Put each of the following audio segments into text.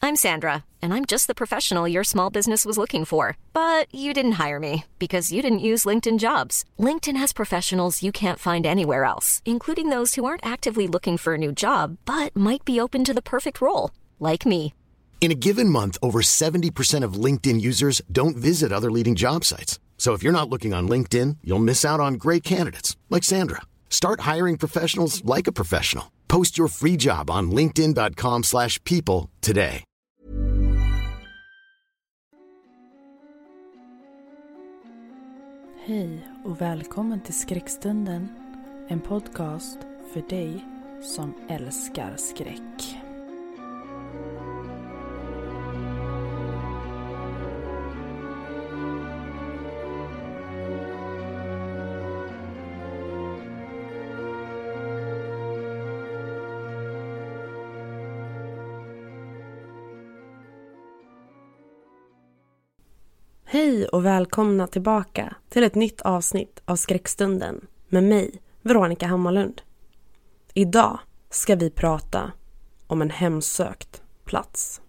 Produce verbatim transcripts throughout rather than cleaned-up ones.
I'm Sandra, and I'm just the professional your small business was looking for. But you didn't hire me because you didn't use LinkedIn Jobs. LinkedIn has professionals you can't find anywhere else, including those who aren't actively looking for a new job, but might be open to the perfect role, like me. In a given month, over seventy percent of LinkedIn users don't visit other leading job sites. So if you're not looking on LinkedIn, you'll miss out on great candidates like Sandra. Start hiring professionals like a professional. Post your free job on linkedin dot com slash people today. Hej och välkommen till Skräckstunden, en podcast för dig som älskar skräck. Hej och välkomna tillbaka till ett nytt avsnitt av Skräckstunden med mig, Veronica Hammarlund. Idag ska vi prata om en hemsökt plats.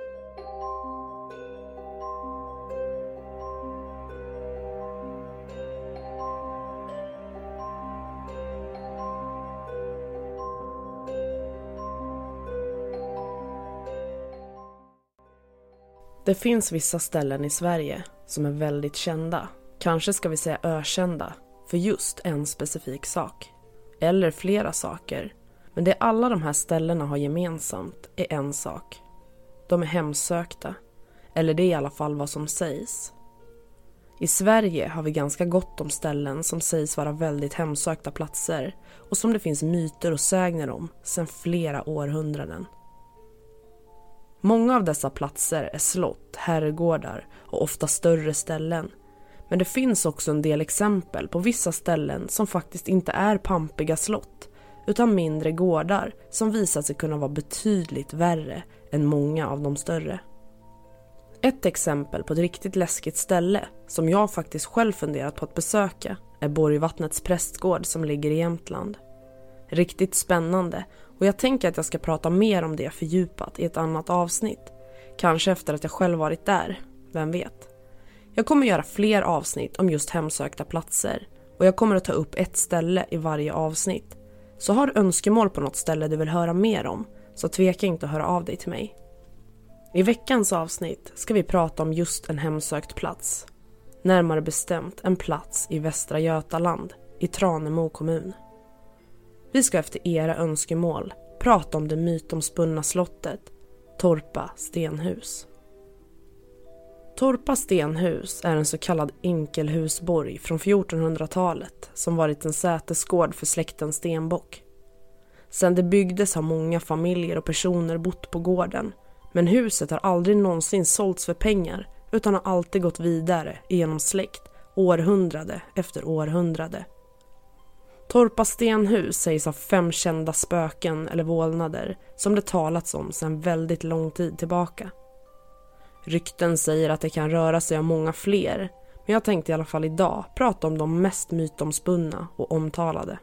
Det finns vissa ställen i Sverige som är väldigt kända, kanske ska vi säga ökända, för just en specifik sak. Eller flera saker. Men det alla de här ställena har gemensamt är en sak. De är hemsökta. Eller det är i alla fall vad som sägs. I Sverige har vi ganska gott om ställen som sägs vara väldigt hemsökta platser och som det finns myter och sägner om sedan flera århundraden. Många av dessa platser är slott, herrgårdar och ofta större ställen. Men det finns också en del exempel på vissa ställen som faktiskt inte är pampiga slott utan mindre gårdar som visat sig kunna vara betydligt värre än många av de större. Ett exempel på ett riktigt läskigt ställe som jag faktiskt själv funderat på att besöka är Borgvattnets prästgård som ligger i Jämtland. Riktigt spännande, och jag tänker att jag ska prata mer om det fördjupat i ett annat avsnitt. Kanske efter att jag själv varit där, vem vet. Jag kommer göra fler avsnitt om just hemsökta platser och jag kommer att ta upp ett ställe i varje avsnitt. Så har du önskemål på något ställe du vill höra mer om, så tveka inte att höra av dig till mig. I veckans avsnitt ska vi prata om just en hemsökt plats. Närmare bestämt en plats i Västra Götaland, i Tranemo kommun. Vi ska efter era önskemål prata om det mytomspunna slottet Torpa stenhus. Torpa stenhus är en så kallad enkelhusborg från fjortonhundratalet som varit en sätesgård för släkten Stenbock. Sedan det byggdes har många familjer och personer bott på gården, men huset har aldrig någonsin sålts för pengar utan har alltid gått vidare genom släkt, århundrade efter århundrade. Torpa stenhus sägs ha fem kända spöken eller vålnader som det talats om sedan väldigt lång tid tillbaka. Rykten säger att det kan röra sig om många fler, men jag tänkte i alla fall idag prata om de mest mytomspunna och omtalade.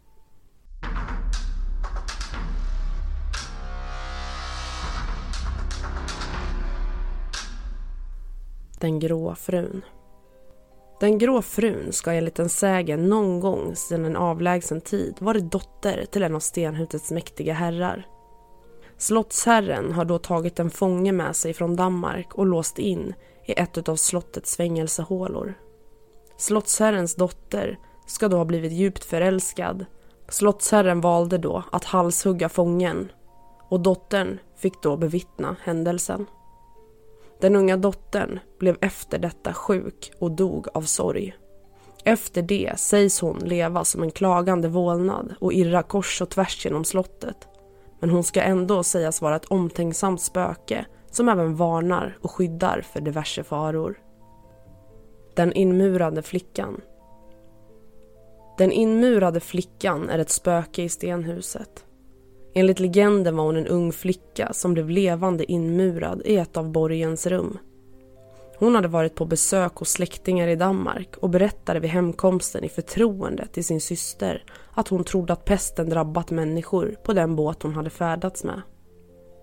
Den grå frun. Den grå frun ska enligt en sägen någon gång sedan en avlägsen tid varit dotter till en av stenhusets mäktiga herrar. Slottsherren har då tagit en fånge med sig från Danmark och låst in i ett av slottets fängelsehålor. Slottsherrens dotter ska då ha blivit djupt förälskad. Slottsherren valde då att halshugga fången och dottern fick då bevittna händelsen. Den unga dottern blev efter detta sjuk och dog av sorg. Efter det sägs hon leva som en klagande vålnad och irra kors och tvärs genom slottet. Men hon ska ändå sägas vara ett omtänksamt spöke som även varnar och skyddar för diverse faror. Den inmurade flickan. Den inmurade flickan är ett spöke i stenhuset. Enligt legenden var hon en ung flicka som blev levande inmurad i ett av borgens rum. Hon hade varit på besök hos släktingar i Danmark och berättade vid hemkomsten i förtroende till sin syster att hon trodde att pesten drabbat människor på den båt hon hade färdats med.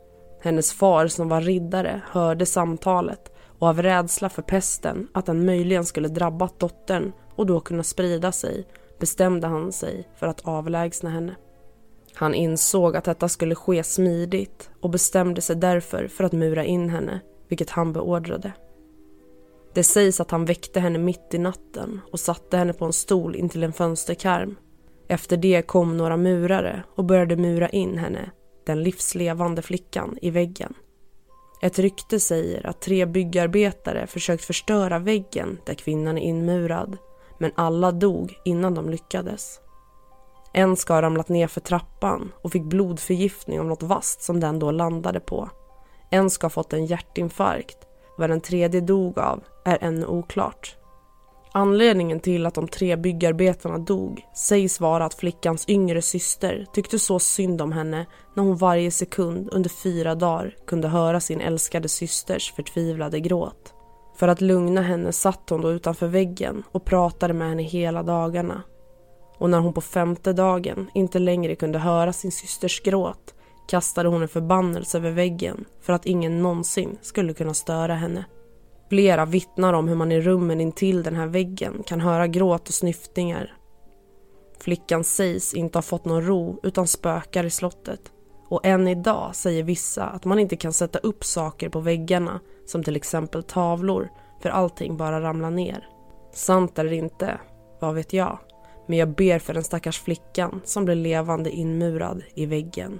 Hennes far som var riddare hörde samtalet och av rädsla för pesten att den möjligen skulle drabbat dottern och då kunna sprida sig bestämde han sig för att avlägsna henne. Han insåg att detta skulle ske smidigt och bestämde sig därför för att mura in henne, vilket han beordrade. Det sägs att han väckte henne mitt i natten och satte henne på en stol intill en fönsterkarm. Efter det kom några murare och började mura in henne, den livslevande flickan, i väggen. Ett rykte säger att tre byggarbetare försökt förstöra väggen där kvinnan är inmurad, men alla dog innan de lyckades. En ska ha ramlat ner för trappan och fick blodförgiftning av något vasst som den då landade på. En ska ha fått en hjärtinfarkt. Vad den tredje dog av är ännu oklart. Anledningen till att de tre byggarbetarna dog sägs vara att flickans yngre syster tyckte så synd om henne när hon varje sekund under fyra dagar kunde höra sin älskade systers förtvivlade gråt. För att lugna henne satt hon då utanför väggen och pratade med henne hela dagarna. Och när hon på femte dagen inte längre kunde höra sin systers gråt kastade hon en förbannelse över väggen för att ingen någonsin skulle kunna störa henne. Flera vittnar om hur man i rummen intill den här väggen kan höra gråt och snyftningar. Flickan sägs inte ha fått någon ro utan spökar i slottet. Och än idag säger vissa att man inte kan sätta upp saker på väggarna som till exempel tavlor för allting bara ramlar ner. Sant eller inte, vad vet jag. Men jag ber för den stackars flickan som blev levande inmurad i väggen.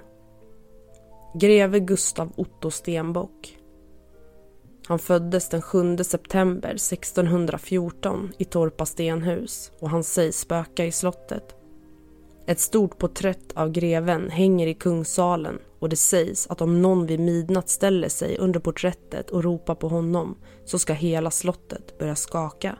Greve Gustav Otto Stenbock. Han föddes den sjunde september sextonhundrafjorton i Torpa stenhus och han sägs spöka i slottet. Ett stort porträtt av greven hänger i kungssalen och det sägs att om någon vid midnatt ställer sig under porträttet och ropar på honom så ska hela slottet börja skaka.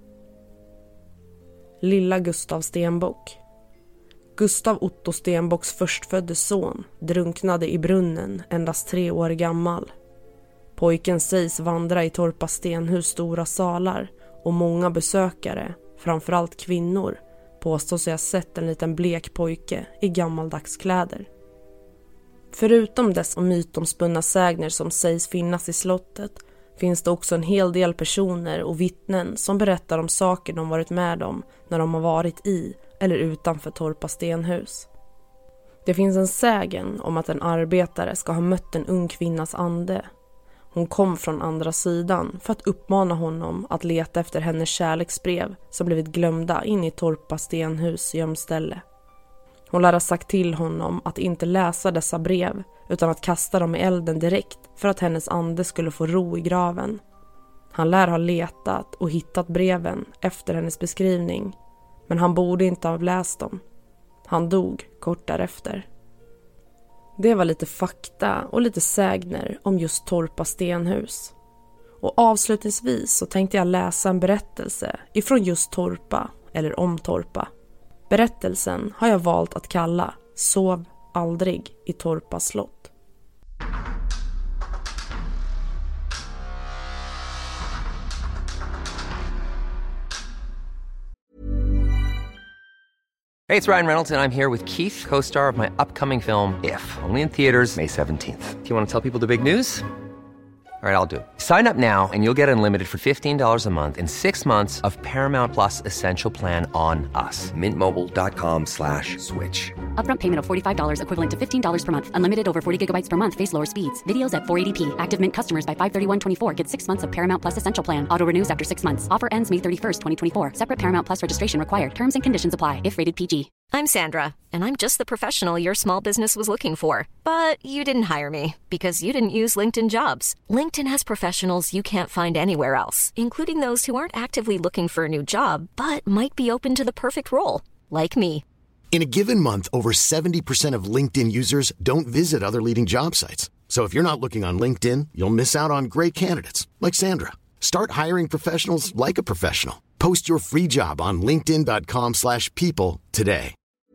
Lilla Gustav Stenbock. Gustav Otto Stenbocks förstfödde son drunknade i brunnen endast tre år gammal. Pojken sägs vandra i Torpa stenhus stora salar och många besökare, framförallt kvinnor, påstår sig ha sett en liten blek pojke i gammaldags kläder. Förutom dess mytomspunna sägner som sägs finnas i slottet finns det också en hel del personer och vittnen som berättar om saker de varit med om när de har varit i eller utanför Torpa stenhus. Det finns en sägen om att en arbetare ska ha mött en ung kvinnas ande. Hon kom från andra sidan för att uppmana honom att leta efter hennes kärleksbrev som blivit glömda in i Torpa stenhus gömställe. Hon lär ha sagt till honom att inte läsa dessa brev utan att kasta dem i elden direkt för att hennes ande skulle få ro i graven. Han lär ha letat och hittat breven efter hennes beskrivning, men han borde inte ha läst dem. Han dog kort därefter. Det var lite fakta och lite sägner om just Torpa stenhus. Och avslutningsvis så tänkte jag läsa en berättelse ifrån just Torpa eller om Torpa. Berättelsen har jag valt att kalla Sov aldrig i Torpa slott. Hey, it's Ryan Reynolds, and I'm here with Keith, co-star of my upcoming film, If, only in theaters May seventeenth. Do you want to tell people the big news? All right, I'll do it. Sign up now and you'll get unlimited for fifteen dollars a month and six months of Paramount Plus Essential Plan on us. Mint Mobile dot com slash switch. Upfront payment of forty-five dollars equivalent to fifteen dollars per month. Unlimited over forty gigabytes per month. Face lower speeds. Videos at four eighty p. Active Mint customers by five thirty-one twenty-four get six months of Paramount Plus Essential Plan. Auto renews after six months. Offer ends May thirty-first, twenty twenty-four. Separate Paramount Plus registration required. Terms and conditions apply if rated P G. I'm Sandra, and I'm just the professional your small business was looking for. But you didn't hire me because you didn't use LinkedIn Jobs. LinkedIn has professionals you can't find anywhere else, including those who aren't actively looking for a new job, but might be open to the perfect role, like me. In a given month, over seventy percent of LinkedIn users don't visit other leading job sites. So if you're not looking on LinkedIn, you'll miss out on great candidates like Sandra. Start hiring professionals like a professional. Post your free job on linkedin dot com slash people today.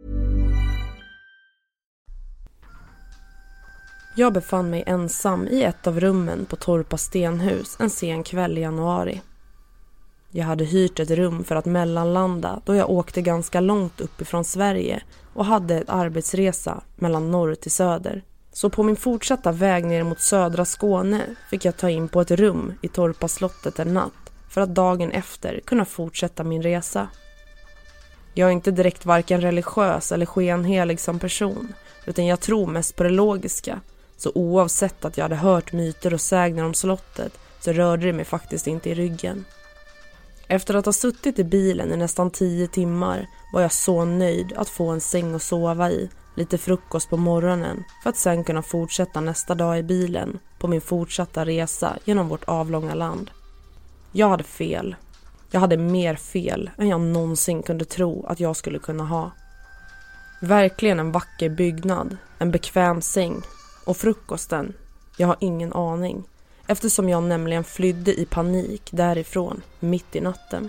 Jag befann mig ensam i ett av rummen på Torpa stenhus en sen kväll i januari. Jag hade hyrt ett rum för att mellanlanda då jag åkte ganska långt uppifrån Sverige och hade ett arbetsresa mellan norr till söder, Så på min fortsatta väg ner mot södra Skåne fick jag ta in på ett rum i Torpaslottet en natt för att dagen efter kunna fortsätta min resa. Jag är inte direkt varken religiös eller skenhelig som person, utan jag tror mest på det logiska. Så oavsett att jag hade hört myter och sägner om slottet så rörde det mig faktiskt inte i ryggen. Efter att ha suttit i bilen i nästan tio timmar var jag så nöjd att få en säng att sova i, lite frukost på morgonen för att sen kunna fortsätta nästa dag i bilen på min fortsatta resa genom vårt avlånga land. Jag hade fel. Jag hade mer fel än jag någonsin kunde tro att jag skulle kunna ha. Verkligen en vacker byggnad, en bekväm säng och frukosten. Jag har ingen aning, eftersom jag nämligen flydde i panik därifrån mitt i natten.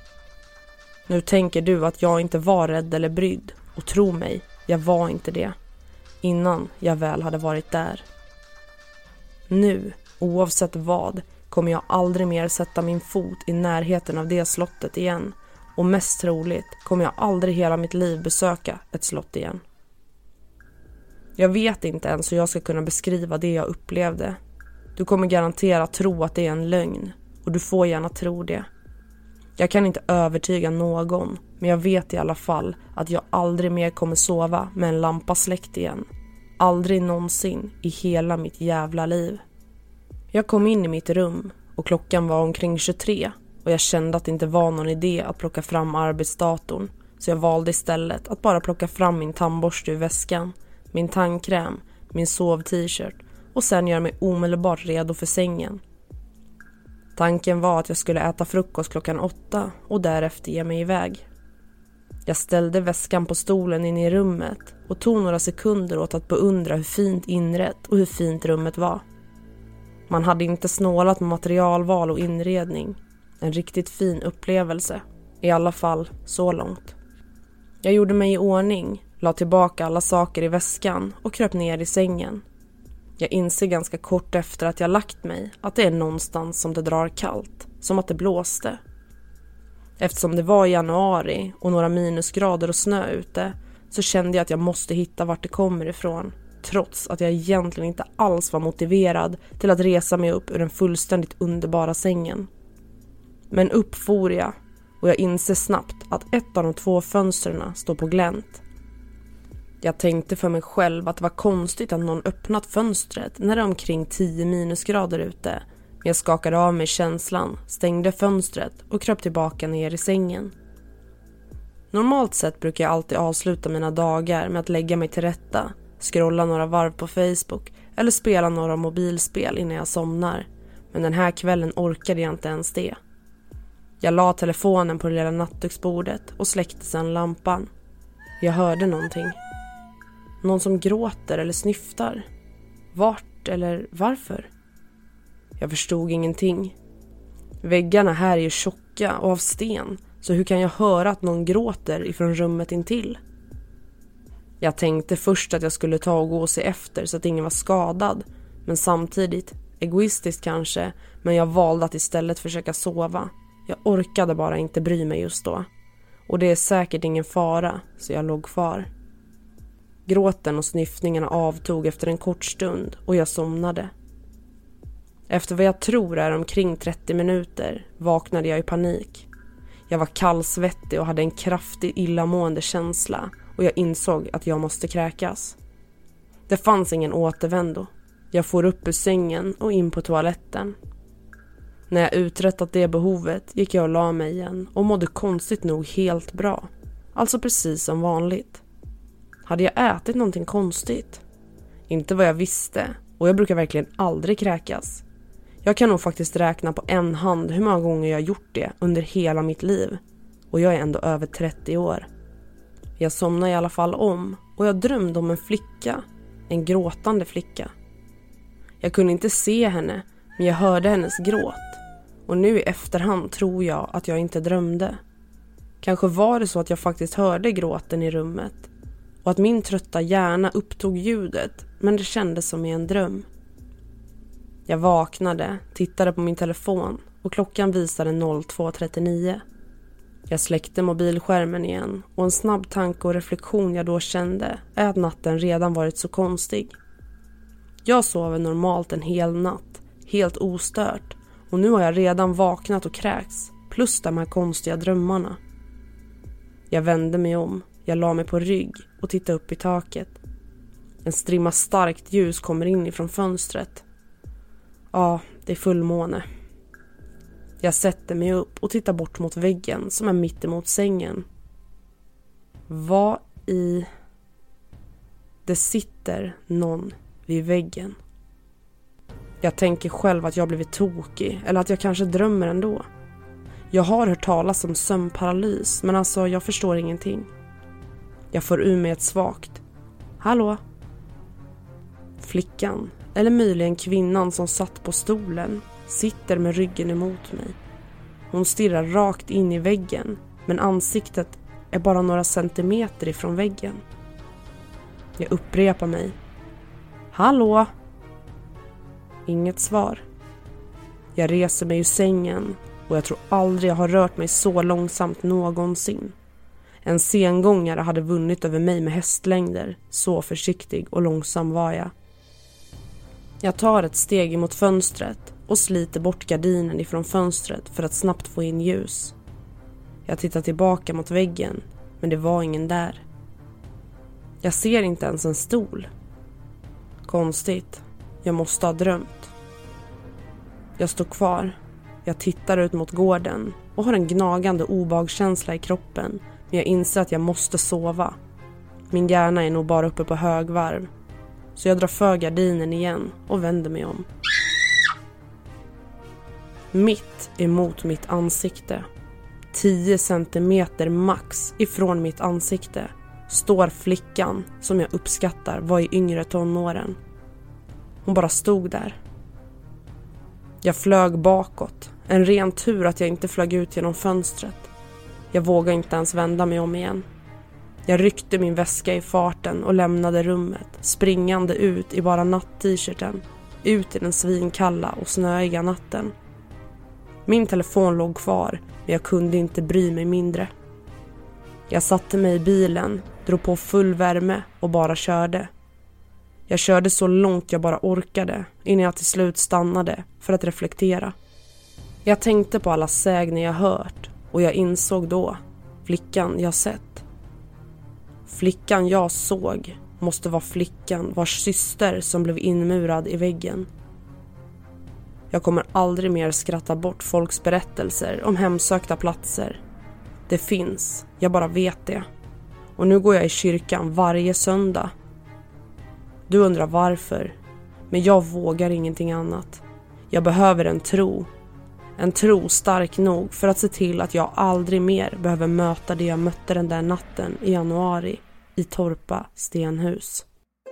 Nu tänker du att jag inte var rädd eller brydd, och tro mig, jag var inte det. Innan jag väl hade varit där. Nu, oavsett vad, kommer jag aldrig mer sätta min fot i närheten av det slottet igen. Och mest troligt kommer jag aldrig hela mitt liv besöka ett slott igen. Jag vet inte ens hur jag ska kunna beskriva det jag upplevde. Du kommer garanterat tro att det är en lögn, och du får gärna tro det. Jag kan inte övertyga någon, men jag vet i alla fall att jag aldrig mer kommer sova med en lampa släckt igen. Aldrig någonsin i hela mitt jävla liv. Jag kom in i mitt rum och klockan var omkring tjugotre och jag kände att det inte var någon idé att plocka fram arbetsdatorn, så jag valde istället att bara plocka fram min tandborste ur väskan, min tandkräm, min sov-t-shirt och sen göra mig omedelbart redo för sängen. Tanken var att jag skulle äta frukost klockan åtta och därefter ge mig iväg. Jag ställde väskan på stolen inne i rummet och tog några sekunder åt att beundra hur fint inrett och hur fint rummet var. Man hade inte snålat med materialval och inredning. En riktigt fin upplevelse, i alla fall så långt. Jag gjorde mig i ordning, la tillbaka alla saker i väskan och kröp ner i sängen. Jag inser ganska kort efter att jag lagt mig att det är någonstans som det drar kallt, som att det blåste. Eftersom det var januari och några minusgrader och snö ute så kände jag att jag måste hitta vart det kommer ifrån, trots att jag egentligen inte alls var motiverad till att resa mig upp ur den fullständigt underbara sängen. Men upp for jag och jag inser snabbt att ett av de två fönsterna står på glänt. Jag tänkte för mig själv att det var konstigt att någon öppnat fönstret när det är omkring tio minusgrader ute. Men jag skakade av mig känslan, stängde fönstret och kröp tillbaka ner i sängen. Normalt sett brukar jag alltid avsluta mina dagar med att lägga mig till rätta, scrolla några varv på Facebook eller spela några mobilspel innan jag somnar. Men den här kvällen orkade jag inte ens det. Jag la telefonen på det lilla nattduksbordet och släckte sedan lampan. Jag hörde någonting. Någon som gråter eller snyftar. Vart eller varför? Jag förstod ingenting. Väggarna här är ju tjocka och av sten, så hur kan jag höra att någon gråter ifrån rummet intill? Jag tänkte först att jag skulle ta och gå och se efter så att ingen var skadad, men samtidigt, egoistiskt kanske, men jag valde att istället försöka sova. Jag orkade bara inte bry mig just då. Och det är säkert ingen fara, så jag låg kvar. Gråten och snyftningarna avtog efter en kort stund och jag somnade. Efter vad jag tror är omkring trettio minuter vaknade jag i panik. Jag var kallsvettig och hade en kraftig illamående känsla och jag insåg att jag måste kräkas. Det fanns ingen återvändo. Jag får upp ur sängen och in på toaletten. När jag uträttat det behovet gick jag och la mig igen och mådde konstigt nog helt bra. Alltså precis som vanligt. Hade jag ätit någonting konstigt? Inte vad jag visste, och jag brukar verkligen aldrig kräkas. Jag kan nog faktiskt räkna på en hand hur många gånger jag gjort det under hela mitt liv. Och jag är ändå över trettio år. Jag somnade i alla fall om och jag drömde om en flicka. En gråtande flicka. Jag kunde inte se henne, men jag hörde hennes gråt. Och nu i efterhand tror jag att jag inte drömde. Kanske var det så att jag faktiskt hörde gråten i rummet. Och att min trötta hjärna upptog ljudet, men det kändes som i en dröm. Jag vaknade, tittade på min telefon och klockan visade två trettionio. Jag släckte mobilskärmen igen och en snabb tanke och reflektion jag då kände är att natten redan varit så konstig. Jag sover normalt en hel natt, helt ostört, och nu har jag redan vaknat och kräks, plus de här konstiga drömmarna. Jag vände mig om, jag la mig på rygg och tittade upp i taket. En strimma starkt ljus kommer in ifrån fönstret. Ja, det är fullmåne. Jag sätter mig upp och tittar bort mot väggen som är mitt emot sängen. Vad i... Det sitter någon vid väggen. Jag tänker själv att jag blivit tokig eller att jag kanske drömmer ändå. Jag har hört talas om sömnparalys, men alltså jag förstår ingenting. Jag får ur mig ett svagt hallå. Flickan, eller möjligen kvinnan som satt på stolen, sitter med ryggen emot mig. Hon stirrar rakt in i väggen, men ansiktet är bara några centimeter ifrån väggen. Jag upprepar mig. Hallå? Inget svar. Jag reser mig ur sängen och jag tror aldrig jag har rört mig så långsamt någonsin. En sengångare hade vunnit över mig med hästlängder, så försiktig och långsam var jag. Jag tar ett steg emot fönstret och sliter bort gardinen ifrån fönstret för att snabbt få in ljus. Jag tittar tillbaka mot väggen, men det var ingen där. Jag ser inte ens en stol. Konstigt, jag måste ha drömt. Jag står kvar, jag tittar ut mot gården och har en gnagande obehagskänsla i kroppen, men jag inser att jag måste sova. Min hjärna är nog bara uppe på högvarv. Så jag drar för gardinen igen och vänder mig om. Mitt emot mitt ansikte, tio centimeter max ifrån mitt ansikte, står flickan som jag uppskattar var i yngre tonåren. Hon bara stod där. Jag flög bakåt. En ren tur att jag inte flög ut genom fönstret. Jag vågade inte ens vända mig om igen. Jag ryckte min väska i farten och lämnade rummet, springande ut i bara natt-t-shirten, ut i den svinkalla och snöiga natten. Min telefon låg kvar, men jag kunde inte bry mig mindre. Jag satte mig i bilen, drog på full värme och bara körde. Jag körde så långt jag bara orkade innan jag till slut stannade för att reflektera. Jag tänkte på alla sägner jag hört och jag insåg då, flickan jag sett. Flickan jag såg måste vara flickan vars syster som blev inmurad i väggen. Jag kommer aldrig mer skratta bort folks berättelser om hemsökta platser. Det finns, jag bara vet det. Och nu går jag i kyrkan varje söndag. Du undrar varför, men jag vågar ingenting annat. Jag behöver en tro. En tro stark nog för att se till att jag aldrig mer behöver möta det jag mötte den där natten i januari i Torpa stenhus.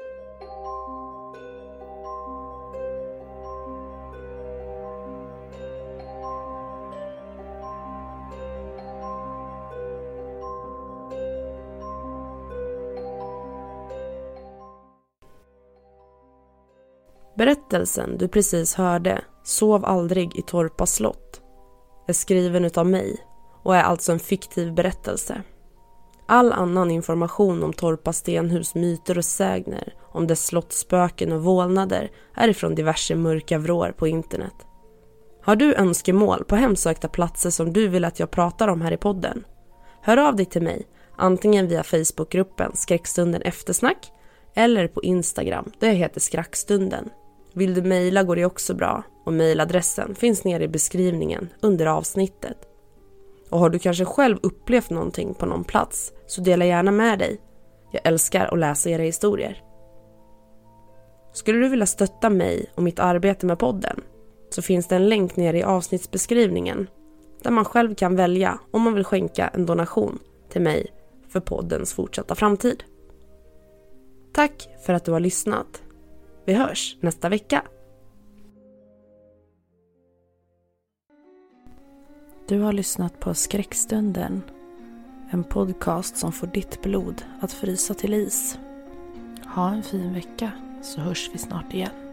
Berättelsen du precis hörde, Sov aldrig i Torpa slott, är skriven utav mig och är alltså en fiktiv berättelse. All annan information om Torpa stenhus myter och sägner, om dess slottspöken och vålnader är ifrån diverse mörka vrår på internet. Har du önskemål på hemsökta platser som du vill att jag pratar om här i podden? Hör av dig till mig, antingen via Facebookgruppen Skräckstunden eftersnack eller på Instagram där jag heter Skräckstunden. Vill du mejla går det också bra och mejladressen finns nere i beskrivningen under avsnittet. Och har du kanske själv upplevt någonting på någon plats så dela gärna med dig. Jag älskar att läsa era historier. Skulle du vilja stötta mig och mitt arbete med podden så finns det en länk nere i avsnittsbeskrivningen där man själv kan välja om man vill skänka en donation till mig för poddens fortsatta framtid. Tack för att du har lyssnat. Vi hörs nästa vecka. Du har lyssnat på Skräckstunden, en podcast som får ditt blod att frysa till is. Ha en fin vecka så hörs vi snart igen.